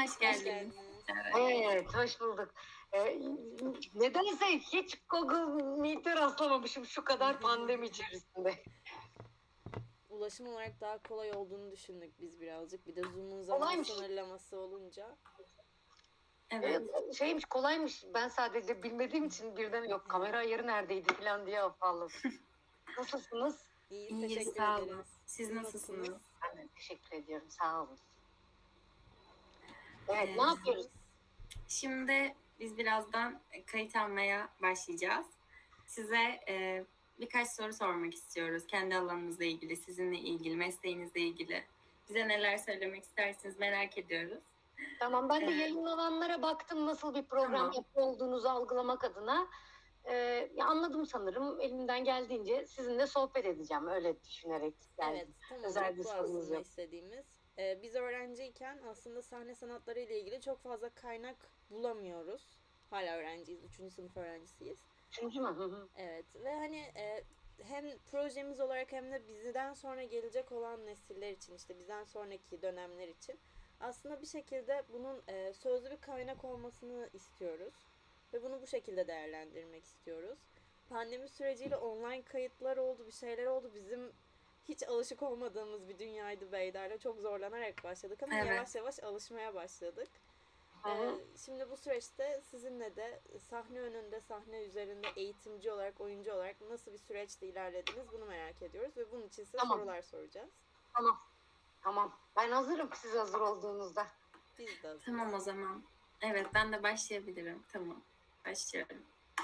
Hoş geldiniz. Evet. Evet, hoş bulduk. Nedense hiç Google Meet'e rastlamamışım şu kadar pandemi içerisinde. Ulaşım olarak daha kolay olduğunu düşündük biz birazcık. Bir de Zoom'un zaman Kolaymış. sınırlaması olunca. Evet. Şeymiş, kolaymış. Ben sadece bilmediğim için birden yok kamera ayarı neredeydi falan diye afalladım. Nasılsınız? İyiyiz, İyiyiz, teşekkür sağ olun. ederiz. Siz nasılsınız? Ben de teşekkür ediyorum, sağ olun. Evet, Evet. ne yapıyoruz? Şimdi biz birazdan kayıt almaya başlayacağız. Size birkaç soru sormak istiyoruz. Kendi alanınızla ilgili, sizinle ilgili, mesleğinizle ilgili. Bize neler söylemek istersiniz merak ediyoruz. Tamam, ben de yayınlananlara baktım nasıl bir program olduğunuzu algılamak adına. Anladım sanırım. Elimden geldiğince sizinle sohbet edeceğim. Öyle düşünerek. Yani Evet, tam özel olarak bir bu sorunuz aslında yok. istediğimiz. Biz öğrenciyken aslında sahne sanatları ile ilgili çok fazla kaynak bulamıyoruz. Hala öğrenciyiz, 3. sınıf öğrencisiyiz. Üçüncü mü? Hı hı. Evet ve hani hem projemiz olarak hem de bizden sonra gelecek olan nesiller için, işte bizden sonraki dönemler için aslında bir şekilde bunun sözlü bir kaynak olmasını istiyoruz. Ve bunu bu şekilde değerlendirmek istiyoruz. Pandemi süreciyle online kayıtlar oldu, bir şeyler oldu. Bizim hiç alışık olmadığımız bir dünyaydı Beyler'le. Çok zorlanarak başladık ama Evet. yavaş yavaş alışmaya başladık. Şimdi bu süreçte sizinle de sahne önünde, sahne üzerinde eğitimci olarak, oyuncu olarak nasıl bir süreçte ilerlediniz bunu merak ediyoruz. Ve bunun için size sorular soracağız. Tamam. Ben hazırım siz hazır olduğunuzda. Biz de hazırız. Tamam o zaman. Evet, ben de başlayabilirim. Tamam, başlıyorum.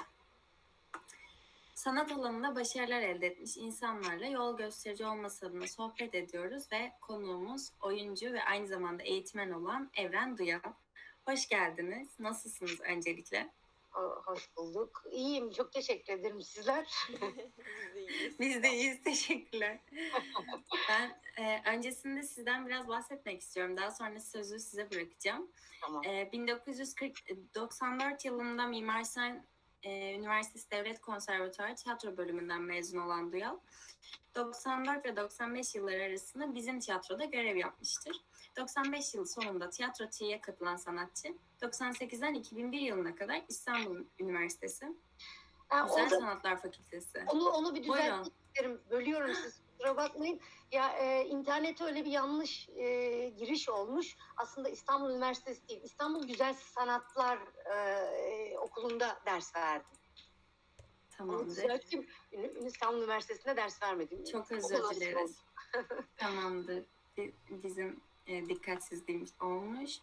Sanat alanında başarılar elde etmiş insanlarla yol gösterici olması adına sohbet ediyoruz ve konuğumuz oyuncu ve aynı zamanda eğitmen olan Evren Duyal. Hoş geldiniz. Nasılsınız öncelikle? Hoş bulduk. İyiyim. Çok teşekkür ederim. Sizler? Biz de iyiyiz. Biz de iyiyiz. Teşekkürler. Ben öncesinde sizden biraz bahsetmek istiyorum. Daha sonra sözü size bırakacağım. Tamam. 1994 yılında Mimar Sinan Üniversitesi Devlet Konservatuarı Tiyatro Bölümünden mezun olan Duyal, 94 ve 95 yılları arasında bizim tiyatroda görev yapmıştır. 95 yıl sonunda Tiyatro T'ye katılan sanatçı, 98'den 2001 yılına kadar İstanbul Üniversitesi Güzel Sanatlar Fakültesi. Onu bir düzeltmek isterim. Bölüyorum siz. Kusura bakmayın. İnternete öyle bir yanlış giriş olmuş. Aslında İstanbul Üniversitesi değil. İstanbul Güzel Sanatlar Okulu'nda ders verdim. Tamamdır. İstanbul Üniversitesi'nde ders vermedim. Çok özür dileriz. Tamamdır. Bizim dikkatsizliğimiz olmuş.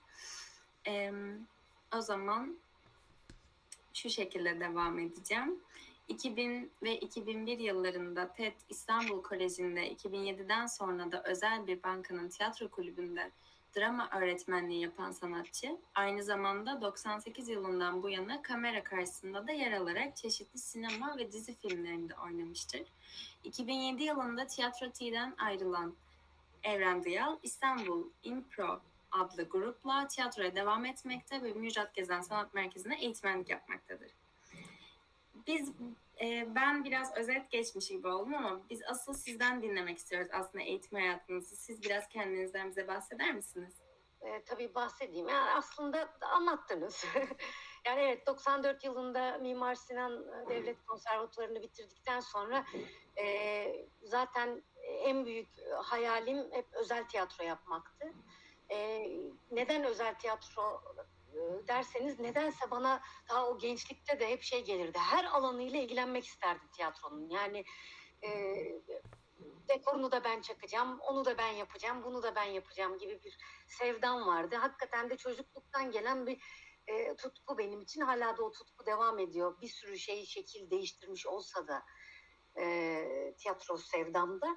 O zaman şu şekilde devam edeceğim. 2000 ve 2001 yıllarında TED İstanbul Koleji'nde, 2007'den sonra da özel bir bankanın tiyatro kulübünde drama öğretmenliği yapan sanatçı, aynı zamanda 98 yılından bu yana kamera karşısında da yer alarak çeşitli sinema ve dizi filmlerinde oynamıştır. 2007 yılında Tiyatro T'den ayrılan Evren Duyal, İstanbul Impro adlı grupla tiyatroya devam etmekte ve Müjdat Gezen Sanat Merkezi'ne eğitmenlik yapmaktadır. Ben biraz özet geçmiş gibi oldum ama biz asıl sizden dinlemek istiyoruz aslında eğitim hayatınızı. Siz biraz kendinizden bize bahseder misiniz? Tabii bahsedeyim. Yani aslında anlattınız. Yani evet, 94 yılında Mimar Sinan Devlet Konservatuvarı'nı bitirdikten sonra zaten en büyük hayalim hep özel tiyatro yapmaktı. Neden özel tiyatro derseniz, nedense bana daha o gençlikte de hep şey gelirdi. Her alanıyla ilgilenmek isterdim tiyatronun. Yani dekorunu da ben çakacağım, onu da ben yapacağım, bunu da ben yapacağım gibi bir sevdam vardı. Hakikaten de çocukluktan gelen bir tutku benim için. Hala da o tutku devam ediyor. Bir sürü şey şekil değiştirmiş olsa da tiyatro sevdamda.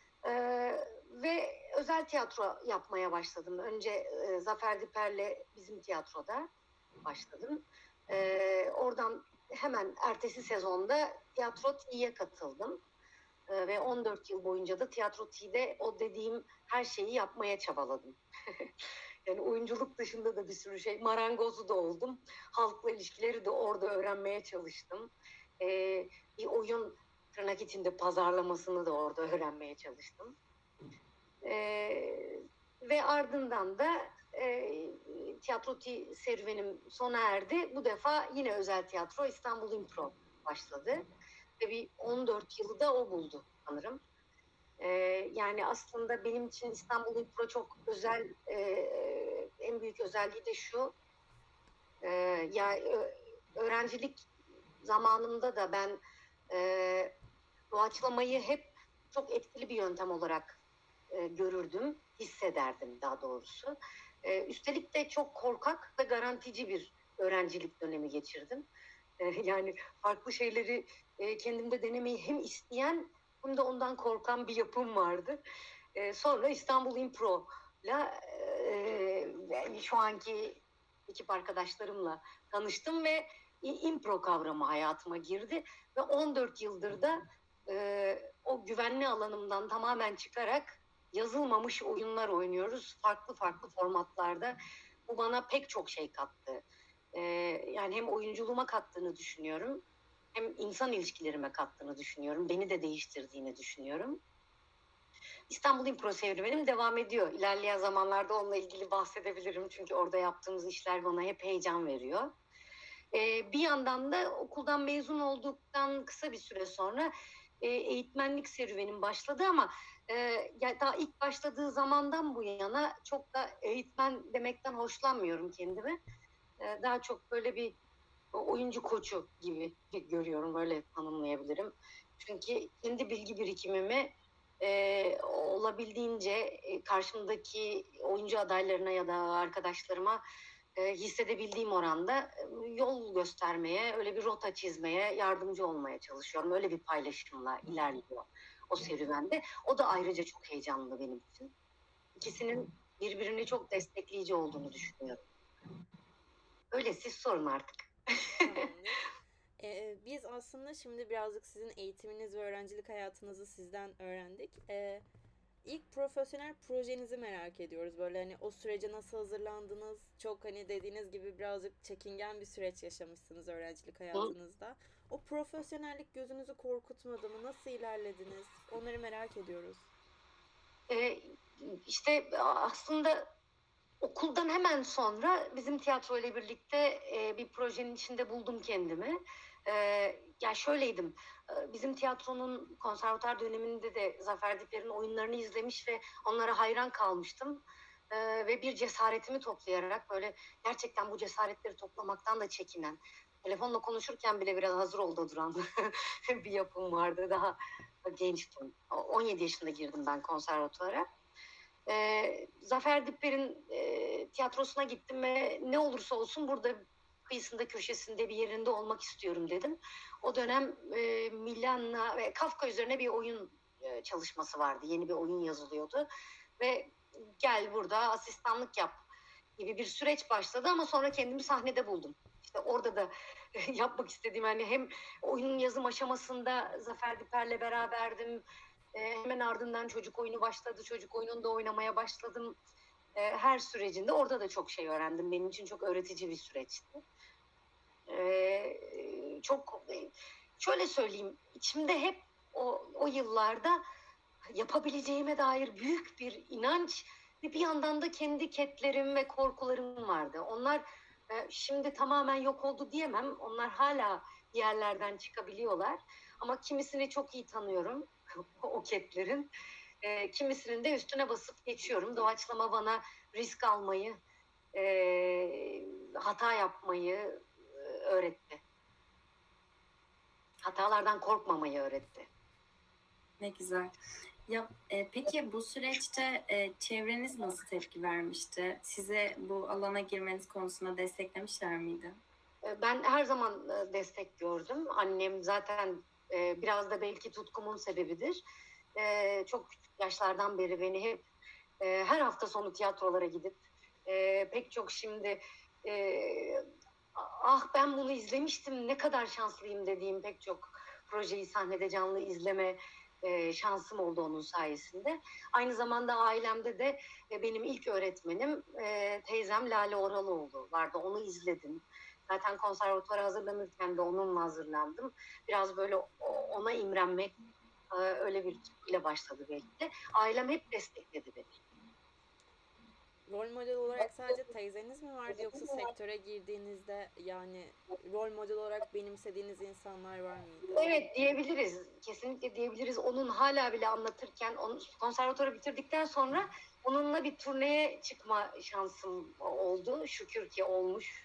Ve özel tiyatro yapmaya başladım. Önce Zafer Diper'le bizim tiyatroda başladım. Oradan hemen ertesi sezonda Tiyatro T'ye katıldım. Ve 14 yıl boyunca da Tiyatro T'de o dediğim her şeyi yapmaya çabaladım. Yani oyunculuk dışında da bir sürü şey, marangozu da oldum. Halkla ilişkileri de orada öğrenmeye çalıştım. Bir oyun tırnak içinde pazarlamasını da orada öğrenmeye çalıştım. Ve ardından da tiyatro serüvenim sona erdi. Bu defa yine özel tiyatro İstanbul İmpro başladı. Ve bir 14 yılı da o buldu sanırım. Yani aslında benim için İstanbul İmpro çok özel. En büyük özelliği de şu. Öğrencilik zamanımda da ben doğaçlamayı hep çok etkili bir yöntem olarak görürdüm, hissederdim daha doğrusu. Üstelik de çok korkak ve garantici bir öğrencilik dönemi geçirdim. Yani farklı şeyleri kendimde denemeyi hem isteyen hem de ondan korkan bir yapım vardı. Sonra İstanbul Impro'la şu anki ekip arkadaşlarımla tanıştım ve impro kavramı hayatıma girdi ve 14 yıldır da o güvenli alanımdan tamamen çıkarak yazılmamış oyunlar oynuyoruz. Farklı farklı formatlarda. Bu bana pek çok şey kattı. Yani hem oyunculuğuma kattığını düşünüyorum, hem insan ilişkilerime kattığını düşünüyorum. Beni de değiştirdiğini düşünüyorum. İstanbul İmpro serüvenim devam ediyor. İlerleyen zamanlarda onunla ilgili bahsedebilirim. Çünkü orada yaptığımız işler bana hep heyecan veriyor. Bir yandan da okuldan mezun olduktan kısa bir süre sonra eğitmenlik serüvenim başladı ama yani daha ilk başladığı zamandan bu yana çok da eğitmen demekten hoşlanmıyorum kendimi. Daha çok böyle bir oyuncu koçu gibi görüyorum, öyle tanımlayabilirim. Çünkü kendi bilgi birikimimi olabildiğince karşımdaki oyuncu adaylarına ya da arkadaşlarıma hissedebildiğim oranda yol göstermeye, öyle bir rota çizmeye, yardımcı olmaya çalışıyorum. Öyle bir paylaşımla ilerliyor o serüvende. O da ayrıca çok heyecanlı benim için. İkisinin birbirini çok destekleyici olduğunu düşünüyorum. Öyle, siz sorun artık. Tamamdır. Biz aslında şimdi birazcık sizin eğitiminiz ve öğrencilik hayatınızı sizden öğrendik. İlk profesyonel projenizi merak ediyoruz. Böyle hani o sürece nasıl hazırlandınız? Çok hani dediğiniz gibi birazcık çekingen bir süreç yaşamışsınız öğrencilik hayatınızda. O profesyonellik gözünüzü korkutmadı mı? Nasıl ilerlediniz? Onları merak ediyoruz. İşte aslında okuldan hemen sonra bizim tiyatro ile birlikte bir projenin içinde buldum kendimi. Ya şöyleydim, bizim tiyatronun konservatuar döneminde de Zafer Diper'in oyunlarını izlemiş ve onlara hayran kalmıştım. Ve bir cesaretimi toplayarak, böyle gerçekten bu cesaretleri toplamaktan da çekinen, telefonla konuşurken bile biraz hazır oldu duran bir yapım vardı. Daha gençtim. 17 yaşında girdim ben konservatuara. Zafer Dipper'in tiyatrosuna gittim ve ne olursa olsun burada kıyısında köşesinde bir yerinde olmak istiyorum dedim. O dönem Milan'la ve Kafka üzerine bir oyun çalışması vardı. Yeni bir oyun yazılıyordu ve gel burada asistanlık yap gibi bir süreç başladı ama sonra kendimi sahnede buldum. İşte orada da yapmak istediğim, hani hem oyunun yazım aşamasında Zafer Diper'le beraberdim. Hemen ardından çocuk oyunu başladı. Çocuk oyununda oynamaya başladım. Her sürecinde orada da çok şey öğrendim. Benim için çok öğretici bir süreçti. Çok şöyle söyleyeyim, içimde hep o yıllarda yapabileceğime dair büyük bir inanç ve bir yandan da kendi ketlerim ve korkularım vardı. Onlar şimdi tamamen yok oldu diyemem. Onlar hala bir yerlerden çıkabiliyorlar. Ama kimisini çok iyi tanıyorum o ketlerin. Kimisinin de üstüne basıp geçiyorum. Doğaçlama bana risk almayı, hata yapmayı öğretti. Hatalardan korkmamayı öğretti. Ne güzel. Ya, peki bu süreçte çevreniz nasıl tepki vermişti? Size bu alana girmeniz konusunda desteklemişler miydi? Ben her zaman destek gördüm. Annem zaten biraz da belki tutkumun sebebidir. Çok küçük yaşlardan beri beni hep her hafta sonu tiyatrolara gidip pek çok şimdi ah ben bunu izlemiştim, ne kadar şanslıyım dediğim pek çok projeyi sahnede canlı izleme şansım oldu onun sayesinde. Aynı zamanda ailemde de benim ilk öğretmenim teyzem Lale Oraloğlu vardı. Onu izledim. Zaten konservatuvara hazırlanırken de onunla hazırlandım. Biraz böyle ona imrenmek öyle bir tutkuyla başladı belki de. Ailem hep destekledi beni. rol model olarak sadece teyzeniz mi vardı, yoksa sektöre girdiğinizde yani rol model olarak benimsediğiniz insanlar var mıydı? Evet, diyebiliriz. Kesinlikle diyebiliriz. Onun hala bile anlatırken, konservatuarı bitirdikten sonra onunla bir turneye çıkma şansım oldu. Şükür ki olmuş.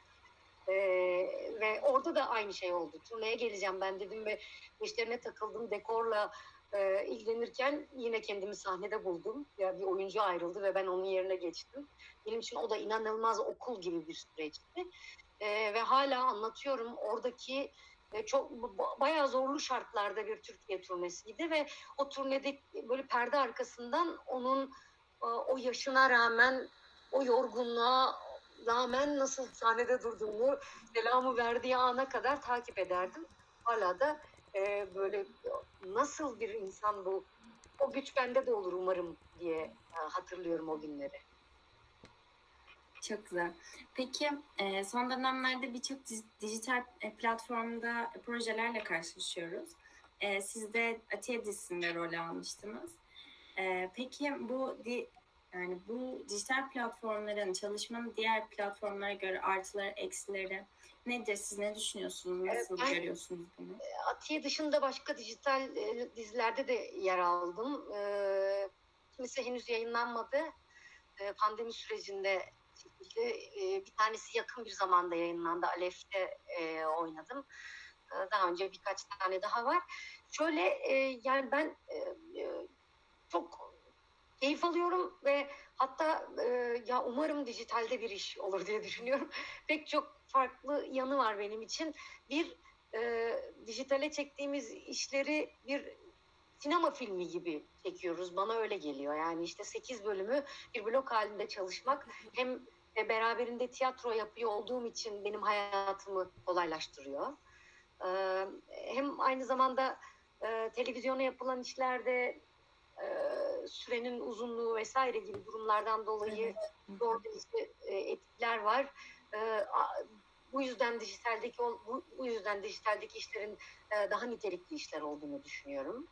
Ve orada da aynı şey oldu. Turneye geleceğim ben dedim ve işlerine takıldım. Dekorla ilgilenirken yine kendimi sahnede buldum. Ya bir oyuncu ayrıldı ve ben onun yerine geçtim. Benim için o da inanılmaz okul gibi bir süreçti. Ve hala anlatıyorum, oradaki çok bayağı zorlu şartlarda bir Türkiye turnesiydi ve o turnede böyle perde arkasından onun o yaşına rağmen, o yorgunluğa rağmen nasıl sahnede durduğunu, selamı verdiği ana kadar takip ederdim. Hala da böyle nasıl bir insan bu, o güç bende de olur umarım diye hatırlıyorum o günleri. Çok güzel. Peki son dönemlerde birçok dijital platformda projelerle karşılaşıyoruz. Siz de Atiye dizisinde rol almıştınız. Peki yani bu dijital platformların çalışmanın diğer platformlara göre artıları, eksileri nedir? Siz ne düşünüyorsunuz? Nasıl görüyorsunuz bunu? Atiye dışında başka dijital dizilerde de yer aldım. Kimisi henüz yayınlanmadı. Pandemi sürecinde çekildi. Bir tanesi yakın bir zamanda yayınlandı. Alef'te oynadım. Daha önce birkaç tane daha var. Şöyle yani ben çok keyif alıyorum ve hatta ya umarım dijitalde bir iş olur diye düşünüyorum. Pek çok farklı yanı var benim için. Bir, dijitale çektiğimiz işleri bir sinema filmi gibi çekiyoruz. Bana öyle geliyor. Yani işte 8 bölümü bir blok halinde çalışmak hem beraberinde tiyatro yapıyor olduğum için benim hayatımı kolaylaştırıyor. Hem aynı zamanda televizyona yapılan işlerde sürenin uzunluğu vesaire gibi durumlardan dolayı zor etkiler var. Bu yüzden dijitaldeki işlerin daha nitelikli işler olduğunu düşünüyorum.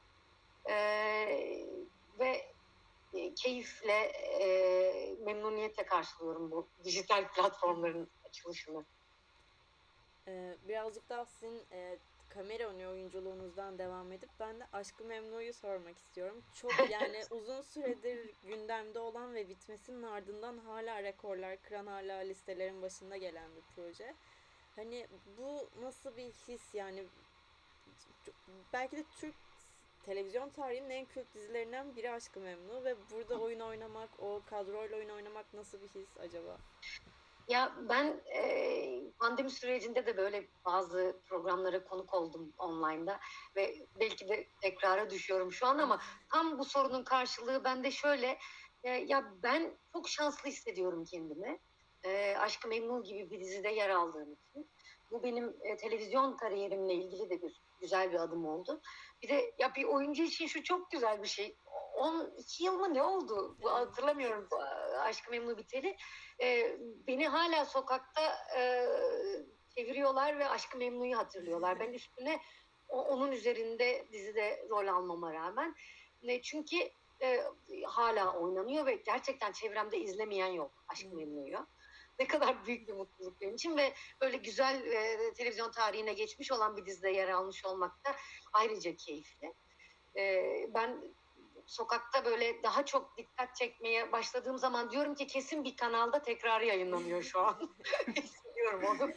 Ve keyifle, memnuniyetle karşılıyorum bu dijital platformların açılışını. Birazcık daha sizin kamera önü oyunculuğunuzdan devam edip ben de Aşk-ı Memnu'yu sormak istiyorum. Çok yani uzun süredir gündemde olan ve bitmesinin ardından hala rekorlar kıran, hala listelerin başında gelen bir proje. Hani bu nasıl bir his yani? Belki de Türk televizyon tarihinin en kült dizilerinden biri Aşk-ı Memnu ve burada oyun oynamak, o kadroyla oyun oynamak nasıl bir his acaba? Ya ben pandemi sürecinde de böyle bazı programlara konuk oldum online'da ve belki de tekrara düşüyorum şu an ama tam bu sorunun karşılığı bende şöyle, ya ben çok şanslı hissediyorum kendimi. Aşk-ı Memnu gibi bir dizide yer aldığım için. Bu benim televizyon kariyerimle ilgili de bir güzel bir adım oldu. Bir de ya bir oyuncu için şu çok güzel bir şey. 12 yıl mı ne oldu? Bu hatırlamıyorum Aşk-ı Memnu biteli. Beni hala sokakta çeviriyorlar ve Aşk-ı Memnu'yu hatırlıyorlar. Ben üstüne onun üzerinde dizide rol almama rağmen. Çünkü hala oynanıyor ve gerçekten çevremde izlemeyen yok Aşk-ı Memnu'yu. Ne kadar büyük bir mutluluk benim için ve böyle güzel televizyon tarihine geçmiş olan bir dizide yer almış olmak da ayrıca keyifli. Ben sokakta böyle daha çok dikkat çekmeye başladığım zaman diyorum ki kesin bir kanalda tekrar yayınlanıyor şu an. Hissediyorum onu.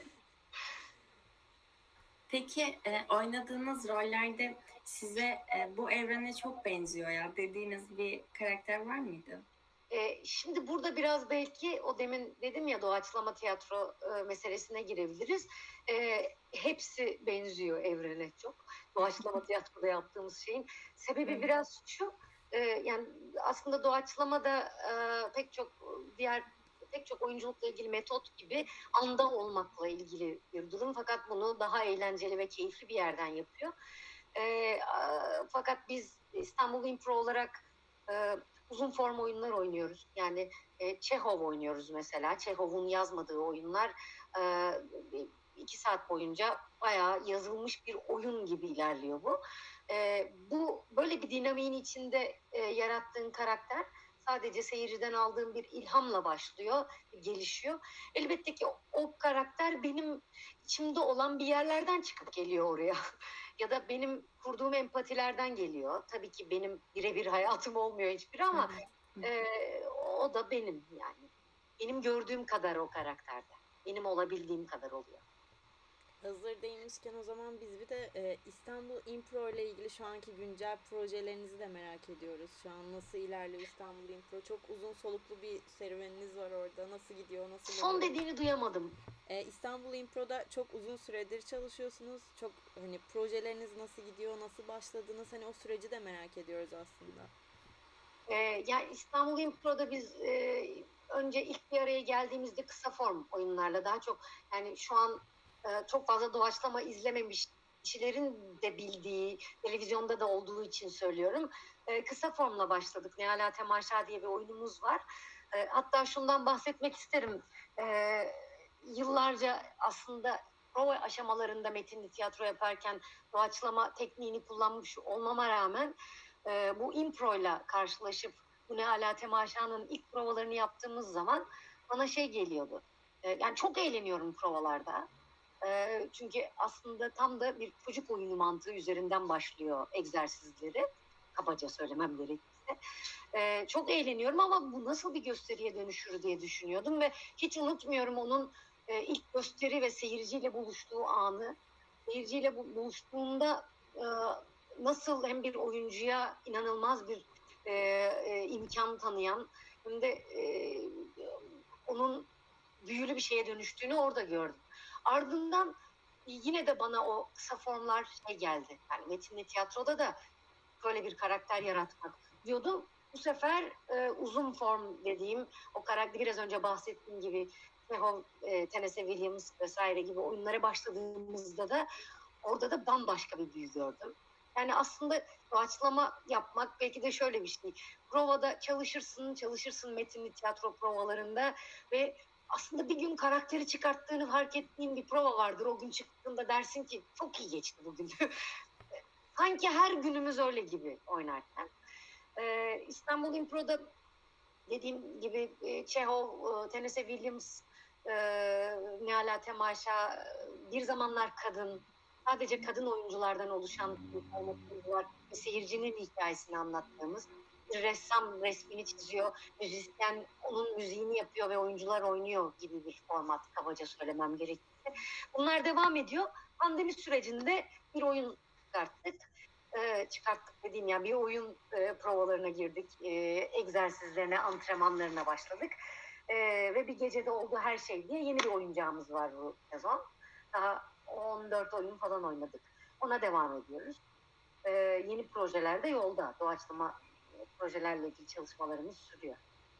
Peki oynadığınız rollerde size bu evrene çok benziyor ya dediğiniz bir karakter var mıydı? Şimdi burada biraz belki o demin dedim ya doğaçlama tiyatro meselesine girebiliriz. Hepsi benziyor evrene çok. Doğaçlama tiyatroda yaptığımız şeyin. Sebebi biraz şu, yani aslında doğaçlama da pek çok oyunculukla ilgili metot gibi anda olmakla ilgili bir durum. Fakat bunu daha eğlenceli ve keyifli bir yerden yapıyor. Fakat biz İstanbul Impro olarak uzun form oyunlar oynuyoruz. Yani Çehov oynuyoruz mesela. Çehov'un yazmadığı oyunlar 2 saat boyunca bayağı yazılmış bir oyun gibi ilerliyor bu. Bu böyle bir dinamiğin içinde yarattığın karakter sadece seyirciden aldığım bir ilhamla başlıyor, gelişiyor. Elbette ki o karakter benim içimde olan bir yerlerden çıkıp geliyor oraya. Ya da benim kurduğum empatilerden geliyor. Tabii ki benim birebir hayatım olmuyor hiçbir ama o da benim yani. Benim gördüğüm kadar o karakterde. Benim olabildiğim kadar oluyor. Hazır değinmişken o zaman biz bir de İstanbul Impro ile ilgili şu anki güncel projelerinizi de merak ediyoruz. Şu an nasıl ilerliyor İstanbul Impro? Çok uzun soluklu bir serüveniniz var orada. Nasıl gidiyor? Nasıl Son gidiyor? dediğini duyamadım. İstanbul Impro'da çok uzun süredir çalışıyorsunuz. Çok hani projeleriniz nasıl gidiyor? Nasıl başladınız? Hani o süreci de merak ediyoruz aslında. Yani İstanbul Impro'da biz önce ilk bir araya geldiğimizde kısa form oyunlarla daha çok yani şu an çok fazla doğaçlama izlememiş kişilerin de bildiği, televizyonda da olduğu için söylüyorum. Kısa formla başladık. Neala Temaşa diye bir oyunumuz var. Hatta şundan bahsetmek isterim. Yıllarca aslında prova aşamalarında metinli tiyatro yaparken doğaçlama tekniğini kullanmış olmama rağmen bu improyla karşılaşıp bu Neala Temaşa'nın ilk provalarını yaptığımız zaman bana şey geliyordu. Yani çok eğleniyorum provalarda. Çünkü aslında tam da bir çocuk oyunu mantığı üzerinden başlıyor egzersizleri. Kabaca söylemem gerekirse. Çok eğleniyorum ama bu nasıl bir gösteriye dönüşür diye düşünüyordum ve hiç unutmuyorum onun ilk gösteri ve seyirciyle buluştuğu anı. Seyirciyle buluştuğunda nasıl hem bir oyuncuya inanılmaz bir imkan tanıyan hem de onun büyülü bir şeye dönüştüğünü orada gördüm. Ardından yine de bana o kısa formlar şey geldi. Yani metinli tiyatroda da böyle bir karakter yaratmak diyordum. Bu sefer uzun form dediğim o karakter biraz önce bahsettiğim gibi Chekhov, Tennessee Williams vesaire gibi oyunlara başladığımızda da orada da bambaşka bir büyü gördüm. Yani aslında doğaçlama yapmak belki de şöyle bir şey. Provada çalışırsın metinli tiyatro provalarında ve aslında bir gün karakteri çıkarttığını fark ettiğin bir prova vardır. O gün çıktığında dersin ki çok iyi geçti bugün. Sanki her günümüz öyle gibi oynarken. İstanbul Impro'da dediğim gibi Chekhov, Tennessee Williams, Nihala Temaşa, bir zamanlar kadın, sadece kadın oyunculardan oluşan bir formatımız var. Seyircinin hikayesini anlattığımız. Bir ressam resmini çiziyor, müzisyen onun müziğini yapıyor ve oyuncular oynuyor gibi bir format kabaca söylemem gerekirse. Bunlar devam ediyor. Pandemi sürecinde bir oyun çıkarttık dediğim yani bir oyun provalarına girdik. Egzersizlerine, antrenmanlarına başladık. Ve bir gecede oldu her şey diye yeni bir oyuncağımız var bu sezon. Daha 14 oyun falan oynadık. Ona devam ediyoruz. Yeni projeler de yolda. Doğaçlama projelerle ilgili çalışmalarımız sürüyor.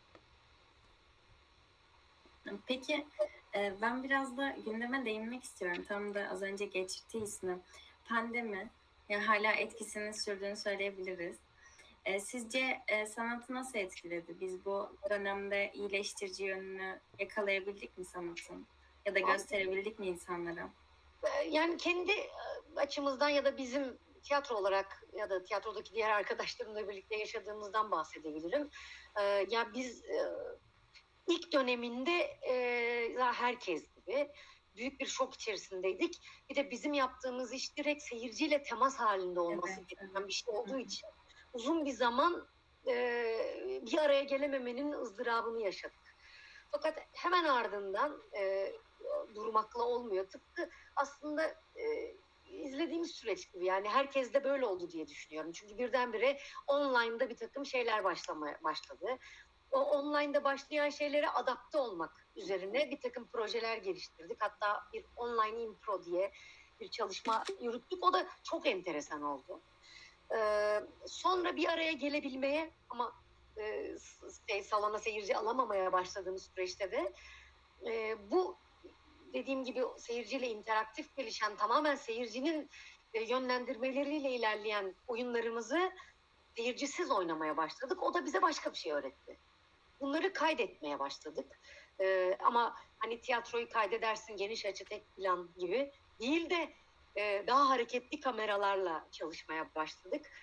Peki ben biraz da gündeme değinmek istiyorum. Tam da az önce geçtiği ismi. Pandemi. Yani hala etkisini sürdüğünü söyleyebiliriz. Sizce sanatı nasıl etkiledi? Biz bu dönemde iyileştirici yönünü yakalayabildik mi sanatın? Ya da gösterebildik mi insanlara? Yani kendi açımızdan ya da bizim tiyatro olarak ya da tiyatrodaki diğer arkadaşlarımla birlikte yaşadığımızdan bahsedebilirim. Ya biz ilk döneminde herkes gibi büyük bir şok içerisindeydik. Bir de bizim yaptığımız iş direkt seyirciyle temas halinde olması gereken bir şey olduğu için uzun bir zaman bir araya gelememenin ızdırabını yaşadık. Fakat hemen ardından durmakla olmuyor. Tıpkı aslında izlediğimiz süreç gibi yani herkes de böyle oldu diye düşünüyorum. Çünkü birdenbire online'da bir takım şeyler başladı. O online'da başlayan şeylere adapte olmak üzerine bir takım projeler geliştirdik. Hatta bir online impro diye bir çalışma yürüttük. O da çok enteresan oldu. Sonra bir araya gelebilmeye ama salona seyirci alamamaya başladığımız süreçte de bu dediğim gibi seyirciyle interaktif gelişen tamamen seyircinin yönlendirmeleriyle ilerleyen oyunlarımızı seyircisiz oynamaya başladık. O da bize başka bir şey öğretti. Bunları kaydetmeye başladık. Ama hani tiyatroyu kaydedersin geniş açı tek plan gibi değil de daha hareketli kameralarla çalışmaya başladık.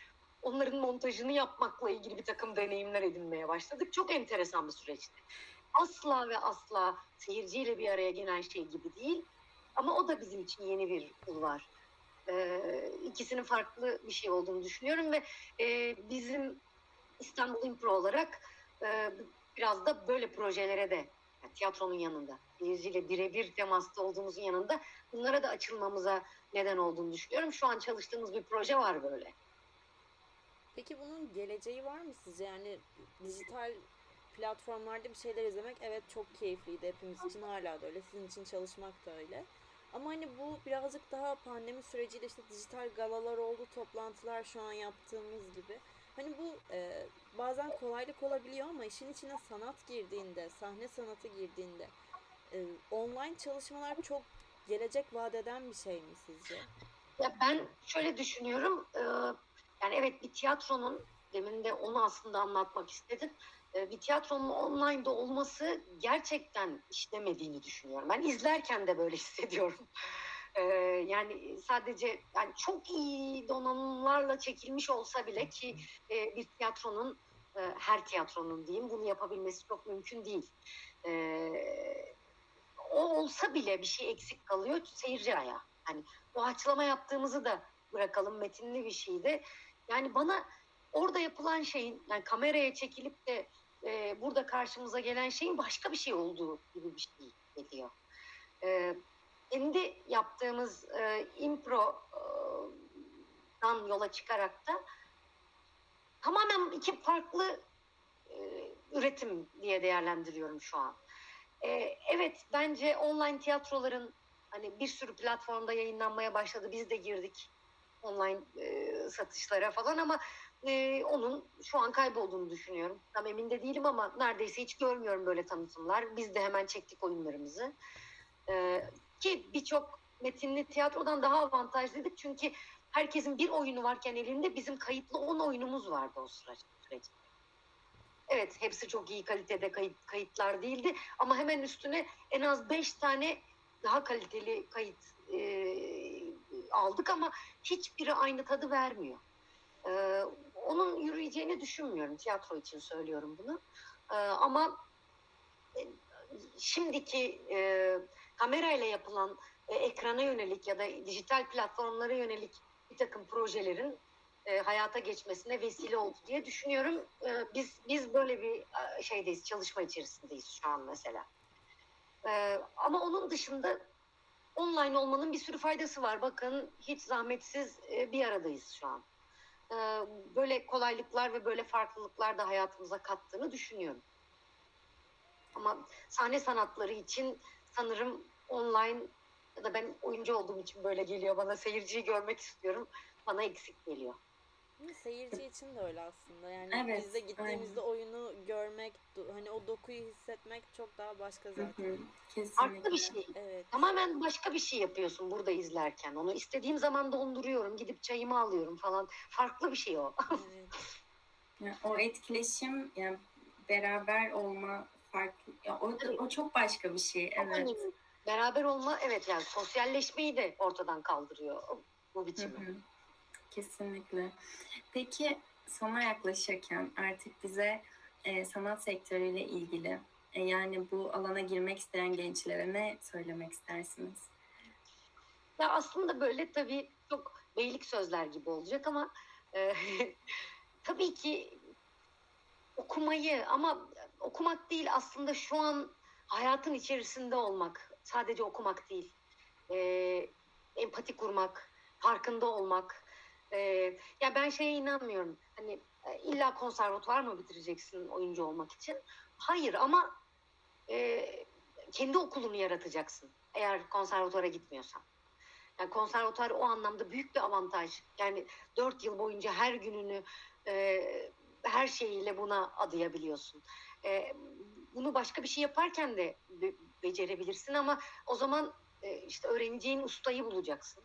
onların montajını yapmakla ilgili bir takım deneyimler edinmeye başladık. Çok enteresan bir süreçti. Asla ve asla seyirciyle bir araya gelen şey gibi değil. Ama o da bizim için yeni bir kulvar. İkisinin farklı bir şey olduğunu düşünüyorum ve bizim İstanbul Impro olarak biraz da böyle projelere de, yani tiyatronun yanında, seyirciyle birebir temasta olduğumuzun yanında bunlara da açılmamıza neden olduğunu düşünüyorum. Şu an çalıştığımız bir proje var böyle. Peki bunun geleceği var mı sizce? Yani dijital platformlarda bir şeyler izlemek evet çok keyifliydi. Hepimiz için hala da öyle. Sizin için çalışmak da öyle. Ama hani bu birazcık daha pandemi süreciyle işte dijital galalar oldu, toplantılar şu an yaptığımız gibi. Hani bu bazen kolaylık olabiliyor ama işin içine sanat girdiğinde, sahne sanatı girdiğinde online çalışmalar çok gelecek vaat eden bir şey mi sizce? Ya ben şöyle düşünüyorum. Yani evet, bir tiyatronun, demin de onu aslında anlatmak istedim. Bir tiyatronun online'da olması gerçekten işlemediğini düşünüyorum. Ben izlerken de böyle hissediyorum. Yani sadece, yani çok iyi donanımlarla çekilmiş olsa bile ki bir tiyatronun, her tiyatronun diyeyim, bunu yapabilmesi çok mümkün değil. O olsa bile bir şey eksik kalıyor seyirci ayağı. Hani doğaçlama yaptığımızı da bırakalım, metinli bir şeydi. Yani bana orada yapılan şeyin, yani kameraya çekilip de burada karşımıza gelen şeyin başka bir şey olduğu gibi bir şey geliyor. Kendi yaptığımız impro'dan yola çıkarak da tamamen iki farklı üretim diye değerlendiriyorum şu an. Evet, bence online tiyatroların hani bir sürü platformda yayınlanmaya başladı. Biz de girdik online satışlara falan ama onun şu an kaybolduğunu düşünüyorum. Tam emin de değilim ama neredeyse hiç görmüyorum böyle tanıtımlar. Biz de hemen çektik oyunlarımızı. Ki birçok metinli tiyatrodan daha avantajlıydık. Çünkü herkesin bir oyunu varken elinde bizim kayıtlı 10 oyunumuz vardı o süreç. Evet, hepsi çok iyi kalitede kayıtlar değildi ama hemen üstüne en az 5 tane daha kaliteli kayıt aldık ama hiçbiri aynı tadı vermiyor. Onun yürüyeceğini düşünmüyorum. Tiyatro için söylüyorum bunu. Ama şimdiki kamerayla yapılan ekrana yönelik ya da dijital platformlara yönelik bir takım projelerin hayata geçmesine vesile oldu diye düşünüyorum. Biz böyle bir şeydeyiz, çalışma içerisindeyiz şu an mesela. Ama onun dışında online olmanın bir sürü faydası var. Bakın, hiç zahmetsiz bir aradayız şu an. Böyle kolaylıklar ve böyle farklılıklar da hayatımıza kattığını düşünüyorum. Ama sahne sanatları için sanırım online, ya da ben oyuncu olduğum için böyle geliyor bana, seyirciyi görmek istiyorum. Bana eksik geliyor. Ama seyirci için de öyle aslında. Yani Evet, biz de gittiğimizde aynen. oyunu görmek, hani o dokuyu hissetmek çok daha başka Hı zaten. hı, Farklı bir kesinlikle. şey. Evet. Tamamen başka bir şey yapıyorsun burada izlerken. Onu istediğim zaman donduruyorum, gidip çayımı alıyorum falan. Farklı bir şey o. Evet. Yani o etkileşim, yani beraber olma farklı. Ya o çok başka bir şey. Çok Evet. önemli. Beraber olma, evet, yani sosyalleşmeyi de ortadan kaldırıyor bu Hı biçimi. hı, kesinlikle. Peki, sona yaklaşırken artık bize sanat sektörüyle ilgili, yani bu alana girmek isteyen gençlere ne söylemek istersiniz? Ya aslında böyle tabii çok beylik sözler gibi olacak ama e, tabii ki okumayı, ama okumak değil aslında, şu an hayatın içerisinde olmak, sadece okumak değil. Empati kurmak, farkında olmak. E, Ya ben şeye inanmıyorum. Hani illa konservatuvar mı bitireceksin oyuncu olmak için? Hayır, ama e, kendi okulunu yaratacaksın eğer konservatuvara gitmiyorsan. Yani konservatuvar o anlamda büyük bir avantaj. Yani 4 yıl boyunca her gününü her şeyiyle buna adayabiliyorsun. Bunu başka bir şey yaparken de becerebilirsin ama o zaman işte öğreneceğin ustayı bulacaksın.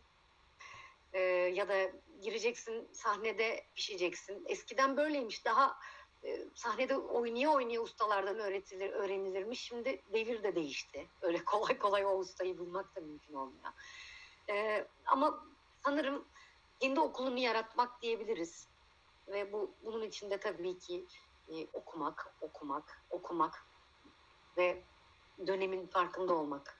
Ya da gireceksin, sahnede pişeceksin. Eskiden böyleymiş. Daha sahnede oynaya oynaya ustalardan öğrenilirmiş. Şimdi devir de değişti. Öyle kolay kolay o ustayı bulmak da mümkün olmuyor. Ama sanırım kendi okulunu yaratmak diyebiliriz. ve bunun içinde tabii ki okumak ve dönemin farkında olmak.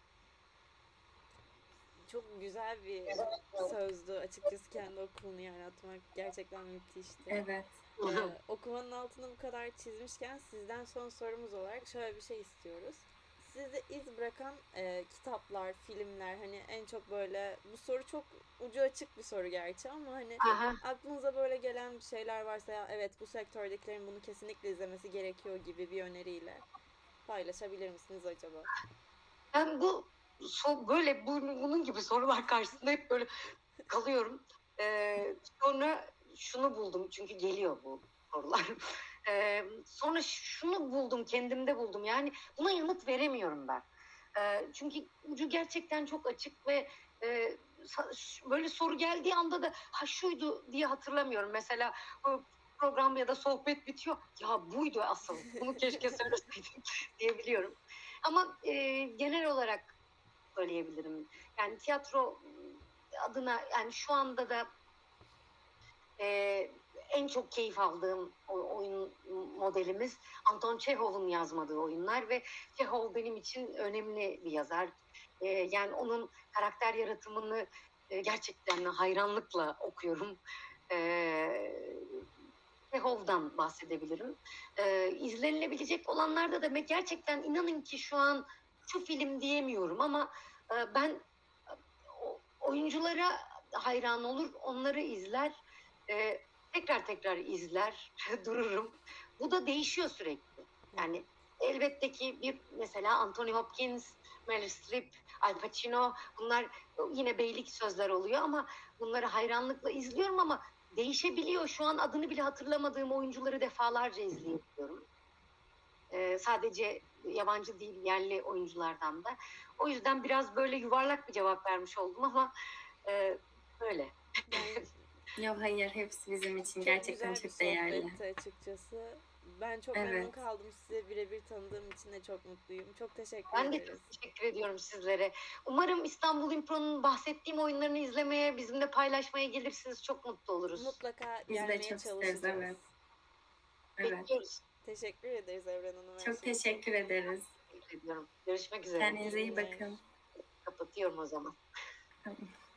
Çok güzel bir sözdü açıkçası, kendi okulunu yaratmak gerçekten müthişti. Evet. Okumanın altını bu kadar çizmişken sizden son sorumuz olarak şöyle bir şey istiyoruz. Sizi iz bırakan kitaplar, filmler, hani en çok böyle, bu soru çok ucu açık bir soru gerçi ama hani Aha. aklınıza böyle gelen bir şeyler varsa, ya evet bu sektördekilerin bunu kesinlikle izlemesi gerekiyor gibi bir öneriyle paylaşabilir misiniz acaba? Ben bunun gibi sorular karşısında hep böyle kalıyorum. Sonra şunu buldum, çünkü geliyor bu sorular. Sonra şunu buldum, kendimde buldum. Yani buna yanıt veremiyorum ben. Çünkü ucu gerçekten çok açık ve böyle soru geldiği anda da ha şuydu diye hatırlamıyorum. Mesela program ya da sohbet bitiyor. Ya buydu asıl. Bunu keşke söyleseydim diyebiliyorum. Ama genel olarak söyleyebilirim. Yani tiyatro adına, yani şu anda da en çok keyif aldığım oyun modelimiz Anton Çehov'un yazmadığı oyunlar ve Çehov benim için önemli bir yazar. Yani onun karakter yaratımını gerçekten hayranlıkla okuyorum. Çehov'dan bahsedebilirim. İzlenilebilecek olanlarda da gerçekten inanın ki şu an şu film diyemiyorum ama ben oyunculara hayran olur, onları izler, tekrar izler, dururum. Bu da değişiyor sürekli. Yani elbette ki bir mesela Anthony Hopkins, Meryl Streep, Al Pacino, bunlar yine beylik sözler oluyor ama bunları hayranlıkla izliyorum ama değişebiliyor. Şu an adını bile hatırlamadığım oyuncuları defalarca izleyebiliyorum. Sadece yabancı değil, yerli oyunculardan da. O yüzden biraz böyle yuvarlak bir cevap vermiş oldum ama böyle. Yani Yok hayır, hepsi bizim için çok gerçekten güzel bir çok değerli. sohbetti açıkçası. Ben çok memnun Evet. kaldım. Sizi birebir tanıdığım için de çok mutluyum. Çok teşekkür Ben de ederiz. çok teşekkür ediyorum sizlere. Umarım İstanbul İmpro'nun bahsettiğim oyunlarını izlemeye, bizimle paylaşmaya gelirsiniz. Çok mutlu oluruz. Mutlaka Biz de gelmeye çok isteriz, çalışacağız. evet. Evet. Bekliyoruz. Teşekkür ederiz Evren Hanım. her Çok şey için. teşekkür ederiz. Teşekkür ediyorum. Görüşmek üzere. Kendinize iyi günler. bakın. Kapatıyorum o zaman. Tamam.